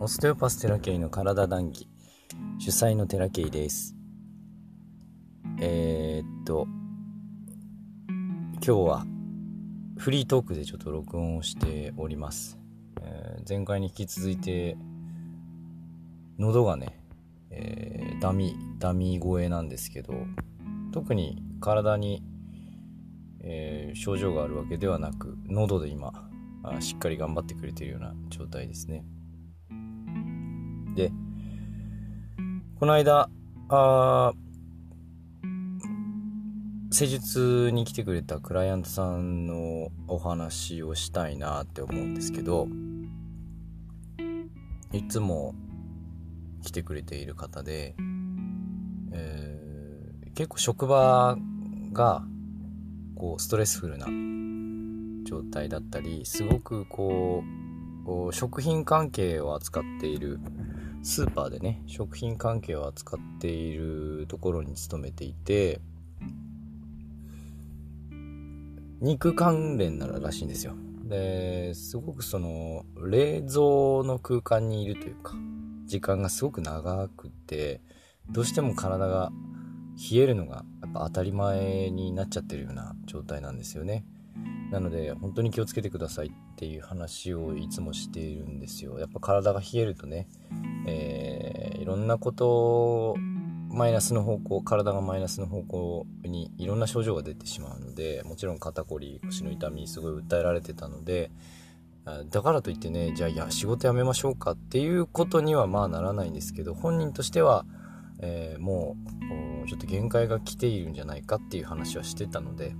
オステオパステラケイの体談義主催のテラケイです。今日はフリートークでちょっと録音をしております。前回に引き続いて喉がね、ダミ声なんですけど、特に体に、症状があるわけではなく、喉で今しっかり頑張ってくれているような状態ですね。で、この間施術に来てくれたクライアントさんのお話をしたいなって思うんですけど、いつも来てくれている方で、結構職場がこうストレスフルな状態だったり、すごくこう食品関係を扱っているスーパーでね、食品関係を扱っているところに勤めていて、肉関連ならしいんですよ。ですごくその冷蔵の空間にいるというか、時間がすごく長くて、どうしても体が冷えるのがやっぱ当たり前になっちゃってるような状態なんですよね。なので本当に気をつけてくださいっていう話をいつもしているんですよ。やっぱ体が冷えるとね、いろんなことマイナスの方向、体がマイナスの方向にいろんな症状が出てしまうので、もちろん肩こり、腰の痛みすごい訴えられてたので、だからといってね、じゃあ仕事辞めましょうかっていうことにはまあならないんですけど、本人としては、もうちょっと限界が来ているんじゃないかっていう話はしてたので、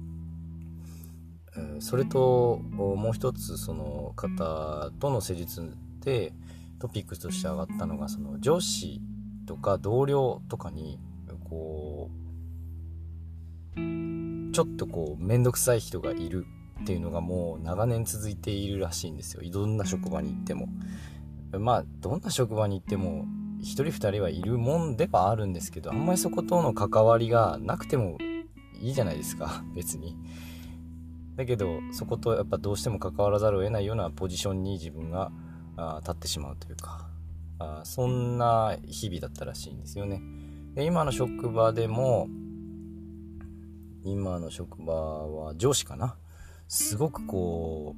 それともう一つ、その方との施術でトピックスとして上がったのが、その上司とか同僚とかにこうちょっとこうめんどくさい人がいるっていうのがもう長年続いているらしいんですよ。どんな職場に行っても、まあどんな職場に行っても一人二人はいるもんではあるんですけど、あんまりそことの関わりがなくてもいいじゃないですか、別に。だけどそことやっぱどうしても関わらざるを得ないようなポジションに自分が立ってしまうというか、そんな日々だったらしいんですよね。で、今の職場は上司かな、すごくこ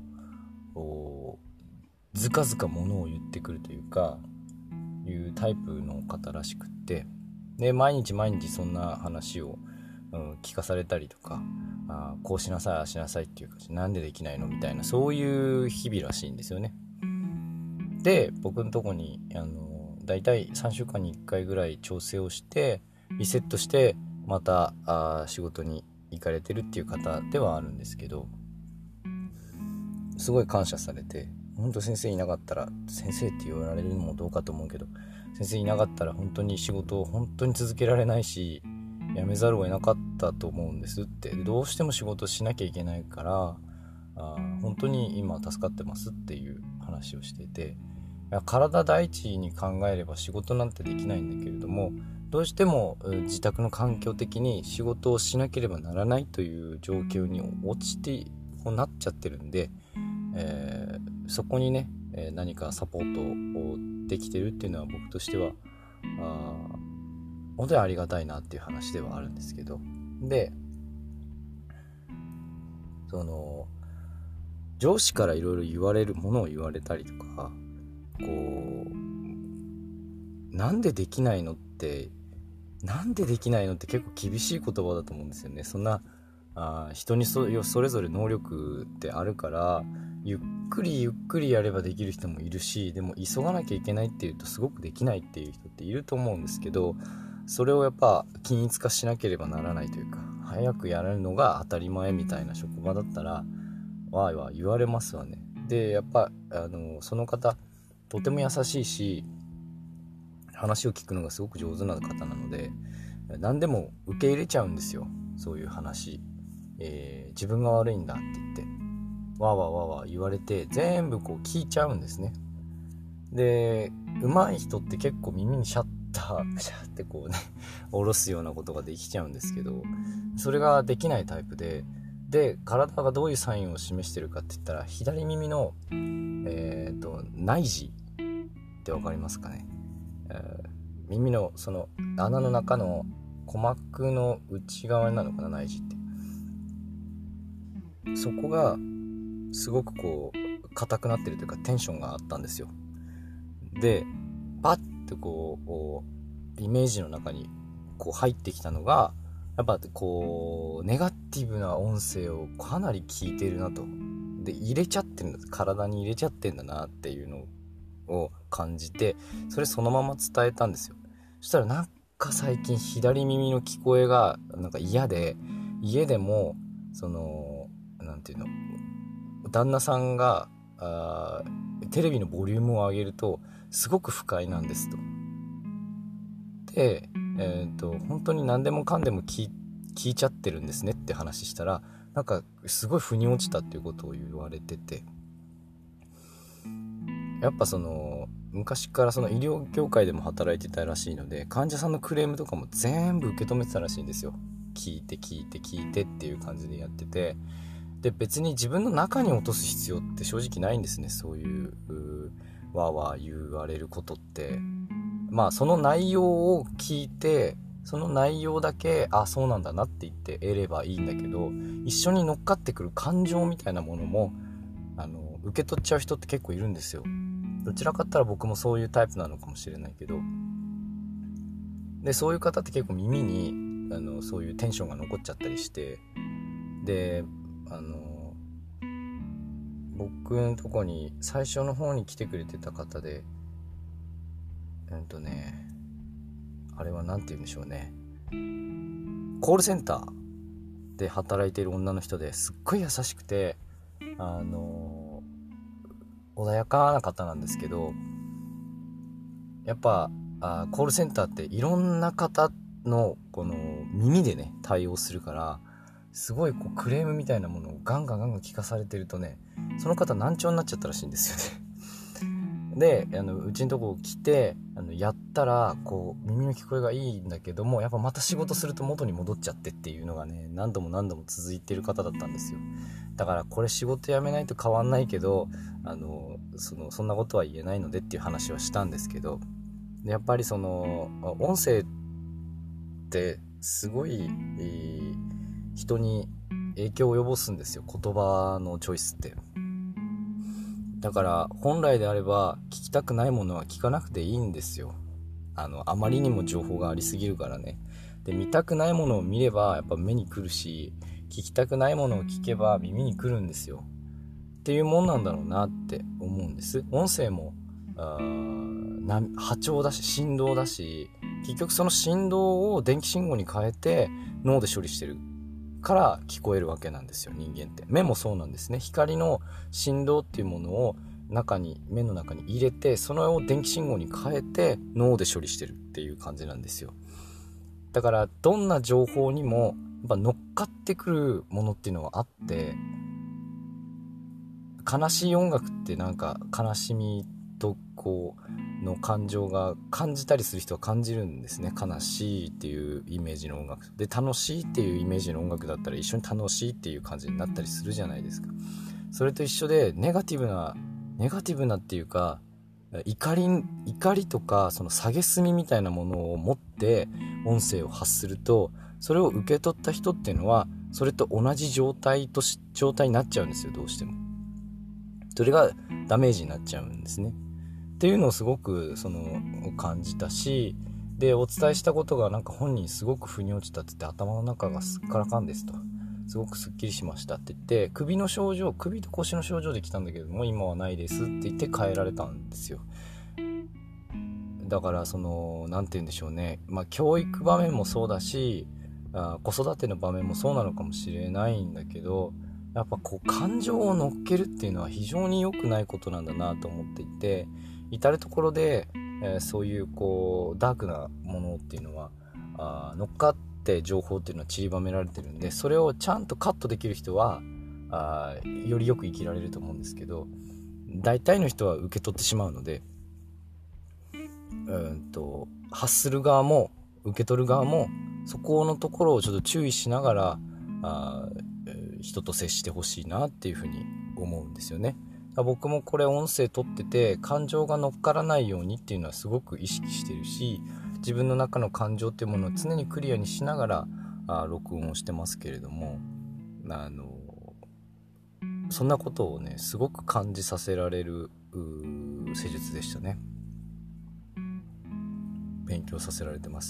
うずかずか物を言ってくるというか、いうタイプの方らしくって、で毎日そんな話を、聞かされたりとか、こうしなさい、ああしなさいっていうか、なんでできないのみたいな、そういう日々らしいんですよね。で、僕のとこにだいたい3週間に1回ぐらい調整をしてリセットしてまた仕事に行かれてるっていう方ではあるんですけど、すごい感謝されて、本当先生いなかったら、先生って言われるのもどうかと思うけど、先生いなかったら本当に仕事を本当に続けられないし、辞めざるを得なかったと思うんですって。どうしても仕事しなきゃいけないから、本当に今助かってますっていう話をしていて、体第一に考えれば仕事なんてできないんだけれども、どうしても自宅の環境的に仕事をしなければならないという状況に落ちてなっちゃってるんで、そこにね、何かサポートをできてるっていうのは僕としては本当にありがたいなっていう話ではあるんですけど、で、その上司からいろいろ言われるものを言われたりとか、こうなんでできないのって結構厳しい言葉だと思うんですよね。そんな人にそれぞれ能力ってあるから、ゆっくりやればできる人もいるし、でも急がなきゃいけないっていうとすごくできないっていう人っていると思うんですけど、それをやっぱ均一化しなければならないというか、早くやれるのが当たり前みたいな職場だったらわーわー言われますわね。で、やっぱその方とても優しいし、話を聞くのがすごく上手な方なので、何でも受け入れちゃうんですよ、そういう話。自分が悪いんだって言ってわーわー言われて、全部こう聞いちゃうんですね。で、上手い人って結構耳にシャッってこうね下ろすようなことができちゃうんですけど、それができないタイプで、体がどういうサインを示してるかって言ったら、左耳の内耳って分かりますかね。耳のその穴の中の鼓膜の内側なのかな、内耳って。そこがすごくこう硬くなってるというかテンションがあったんですよ。でバッとこうイメージの中にこう入ってきたのが、やっぱこうネガティブな音声をかなり聞いているなと。で入れちゃってるんだ、体に入れちゃってんだなっていうのを感じて、それそのまま伝えたんですよ。そしたらなんか最近左耳の聞こえがなんか嫌で、家でもそのなんていうの、旦那さんがテレビのボリュームを上げるとすごく不快なんですと。で、本当に何でもかんでも聞いちゃってるんですねって話したら、なんかすごい腑に落ちたっていうことを言われてて、やっぱその昔からその医療業界でも働いてたらしいので、患者さんのクレームとかも全部受け止めてたらしいんですよ。聞いてっていう感じでやってて、で別に自分の中に落とす必要って正直ないんですね。そういうわーわー言われることって、まあその内容を聞いて、その内容だけそうなんだなって言って得ればいいんだけど、一緒に乗っかってくる感情みたいなものも受け取っちゃう人って結構いるんですよ。どちらかって言ったら僕もそういうタイプなのかもしれないけど、でそういう方って結構耳にそういうテンションが残っちゃったりして、で僕のとこに最初の方に来てくれてた方で、あれはなんて言うんでしょうね、コールセンターで働いている女の人ですっごい優しくて穏やかな方なんですけど、やっぱコールセンターっていろんな方のこの耳でね対応するから、すごいこうクレームみたいなものをガンガン聞かされてるとね、その方難聴になっちゃったらしいんですよね。でうちのとこ来てやったらこう耳の聞こえがいいんだけども、やっぱまた仕事すると元に戻っちゃってっていうのがね、何度も続いてる方だったんですよ。だからこれ仕事辞めないと変わんないけどそんなことは言えないのでっていう話はしたんですけど、やっぱりその音声ってすごい、人に影響を及ぼすんですよ、言葉のチョイスって。だから本来であれば聞きたくないものは聞かなくていいんですよ。あまりにも情報がありすぎるからね。で見たくないものを見ればやっぱ目に来るし、聞きたくないものを聞けば耳に来るんですよっていうもんなんだろうなって思うんです。音声も波長だし振動だし、結局その振動を電気信号に変えて脳で処理してるから聞こえるわけなんですよ。人間って目もそうなんですね。光の振動っていうものを目の中に入れて、それを電気信号に変えて脳で処理してるっていう感じなんですよ。だからどんな情報にもやっぱ乗っかってくるものっていうのはあって、悲しい音楽ってなんか悲しみとこうの感情が感じたりする人は感じるんですね。悲しいっていうイメージの音楽で、楽しいっていうイメージの音楽だったら一緒に楽しいっていう感じになったりするじゃないですか。それと一緒でネガティブなっていうか、怒りとかその蔑みみたいなものを持って音声を発すると、それを受け取った人っていうのはそれと同じ状態になっちゃうんですよ。どうしてもそれがダメージになっちゃうんですねっていうのをすごく感じたし、でお伝えしたことがなんか本人すごく腑に落ちたって言って、頭の中がすっからかんですと、すごくすっきりしましたって言って、首と腰の症状で来たんだけども今はないですって言って帰られたんですよ。だからなんて言うんでしょうね、教育場面もそうだし子育ての場面もそうなのかもしれないんだけど、やっぱこう感情を乗っけるっていうのは非常に良くないことなんだなと思っていて、至る所で、そういうこうダークなものっていうのは乗っかって情報っていうのは散りばめられてるんで、それをちゃんとカットできる人はよりよく生きられると思うんですけど、大体の人は受け取ってしまうので、発する側も受け取る側もそこのところをちょっと注意しながら人と接してほしいなっていうふうに思うんですよね。 僕もこれ音声取ってて感情が乗っからないようにっていうのはすごく意識してるし、自分の中の感情っていうものを常にクリアにしながら録音をしてますけれども、そんなことをねすごく感じさせられる施術でしたね。勉強させられてます。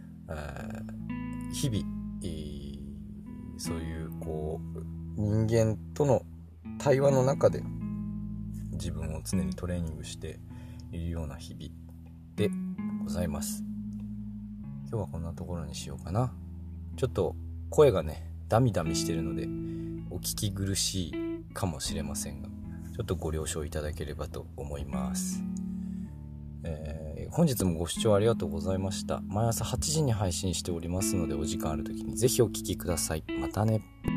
日々、そういう人間との対話の中で自分を常にトレーニングしているような日々でございます。今日はこんなところにしようかな。ちょっと声がねダミダミしてるのでお聞き苦しいかもしれませんが、ちょっとご了承いただければと思います。本日もご視聴ありがとうございました。毎朝8時に配信しておりますので、お時間ある時にぜひお聞きください。またね。